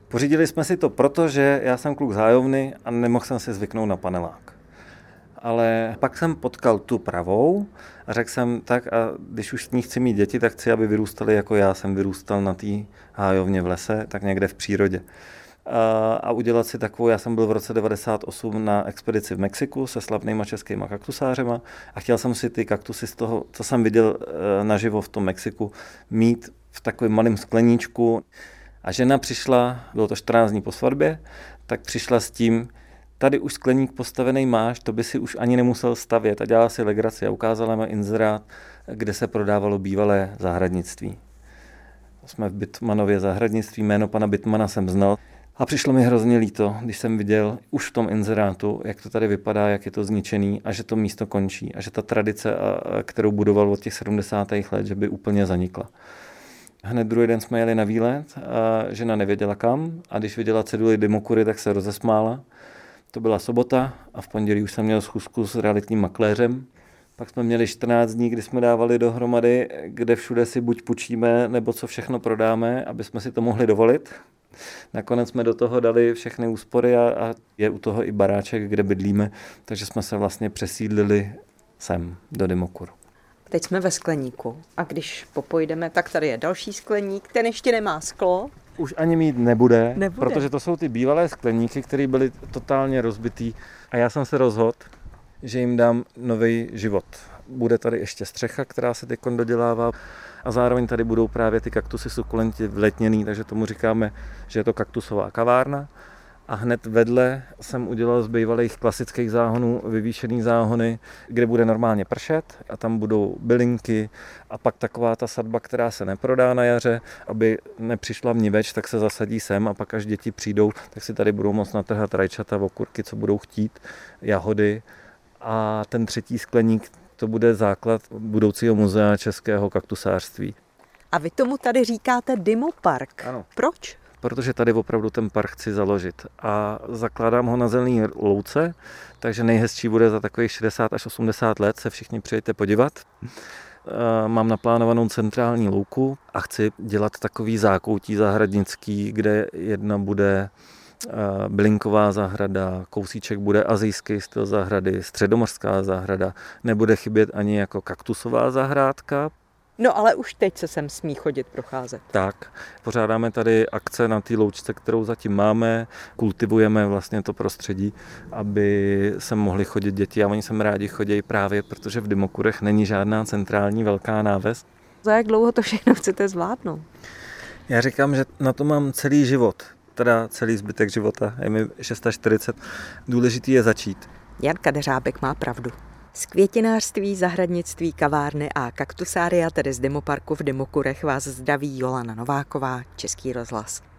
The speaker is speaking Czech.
Pořídili jsme si to proto, že já jsem kluk z hájovny a nemohl jsem si zvyknout na panelák. Ale pak jsem potkal tu pravou a řekl jsem tak, a když už s ní chci mít děti, tak chci, aby vyrůstali jako já jsem vyrůstal na té hájovně v lese, tak někde v přírodě. A udělat si takovou, já jsem byl v roce 98 na expedici v Mexiku se slavnýma českýma kaktusářema a chtěl jsem si ty kaktusy z toho, co jsem viděl naživo v tom Mexiku, mít v takovém malém skleníčku. A žena přišla, bylo to 14 dní po svatbě, tak přišla s tím, tady už skleník postavený máš, to by si už ani nemusel stavět, a dělala si legraci a ukázala mi inzerát, kde se prodávalo bývalé zahradnictví. Jsme v Bitmanově zahradnictví, jméno pana Bitmana jsem znal a přišlo mi hrozně líto, když jsem viděl už v tom inzerátu, jak to tady vypadá, jak je to zničený a že to místo končí a že ta tradice, kterou budoval od těch 70. let, že by úplně zanikla. Hned druhý den jsme jeli na výlet a žena nevěděla kam a když viděla ceduly Demokury, tak se rozesmála. To byla sobota a v pondělí už jsem měl schůzku s realitním makléřem. Pak jsme měli 14 dní, kdy jsme dávali dohromady, kde všude si buď půjčíme, nebo co všechno prodáme, aby jsme si to mohli dovolit. Nakonec jsme do toho dali všechny úspory a je u toho i baráček, kde bydlíme, takže jsme se vlastně přesídlili sem do Demokuru. Teď jsme ve skleníku a když popojdeme, tak tady je další skleník, ten ještě nemá sklo. Už ani mít nebude, protože to jsou ty bývalé skleníky, které byly totálně rozbitý a já jsem se rozhodl, že jim dám nový život. Bude tady ještě střecha, která se teď dodělává a zároveň tady budou právě ty kaktusy sukulenti vletněný, takže tomu říkáme, že je to kaktusová kavárna. A hned vedle jsem udělal z bývalých klasických záhonů vyvýšený záhony, kde bude normálně pršet a tam budou bylinky a pak taková ta sadba, která se neprodá na jaře, aby nepřišla vniveč, tak se zasadí sem a pak až děti přijdou, tak si tady budou moct natrhat rajčata, okurky, co budou chtít, jahody. A ten třetí skleník, to bude základ budoucího muzea českého kaktusářství. A vy tomu tady říkáte Demopark. Ano. Proč? Protože tady opravdu ten park chci založit a zakládám ho na zelený louce, takže nejhezčí bude za takových 60 až 80 let, se všichni přijďte podívat. Mám naplánovanou centrální louku a chci dělat takový zákoutí zahradnický, kde jedna bude bylinková zahrada, kousíček bude asijský styl zahrady, středomořská zahrada, nebude chybět ani jako kaktusová zahrádka. No ale už teď se sem smí chodit procházet. Tak, pořádáme tady akce na té loučce, kterou zatím máme, kultivujeme vlastně to prostředí, aby se mohli chodit děti a oni sem rádi chodí právě, protože v Demokurech není žádná centrální velká náves. Za jak dlouho to všechno chcete zvládnout? Já říkám, že na to mám celý život, teda celý zbytek života, je mi 640. Důležitý je začít. Jan Kadeřábek má pravdu. Z květinářství, zahradnictví, kavárny a kaktusária, tedy z Demoparku v Demokurech, vás zdraví Jolana Nováková, Český rozhlas.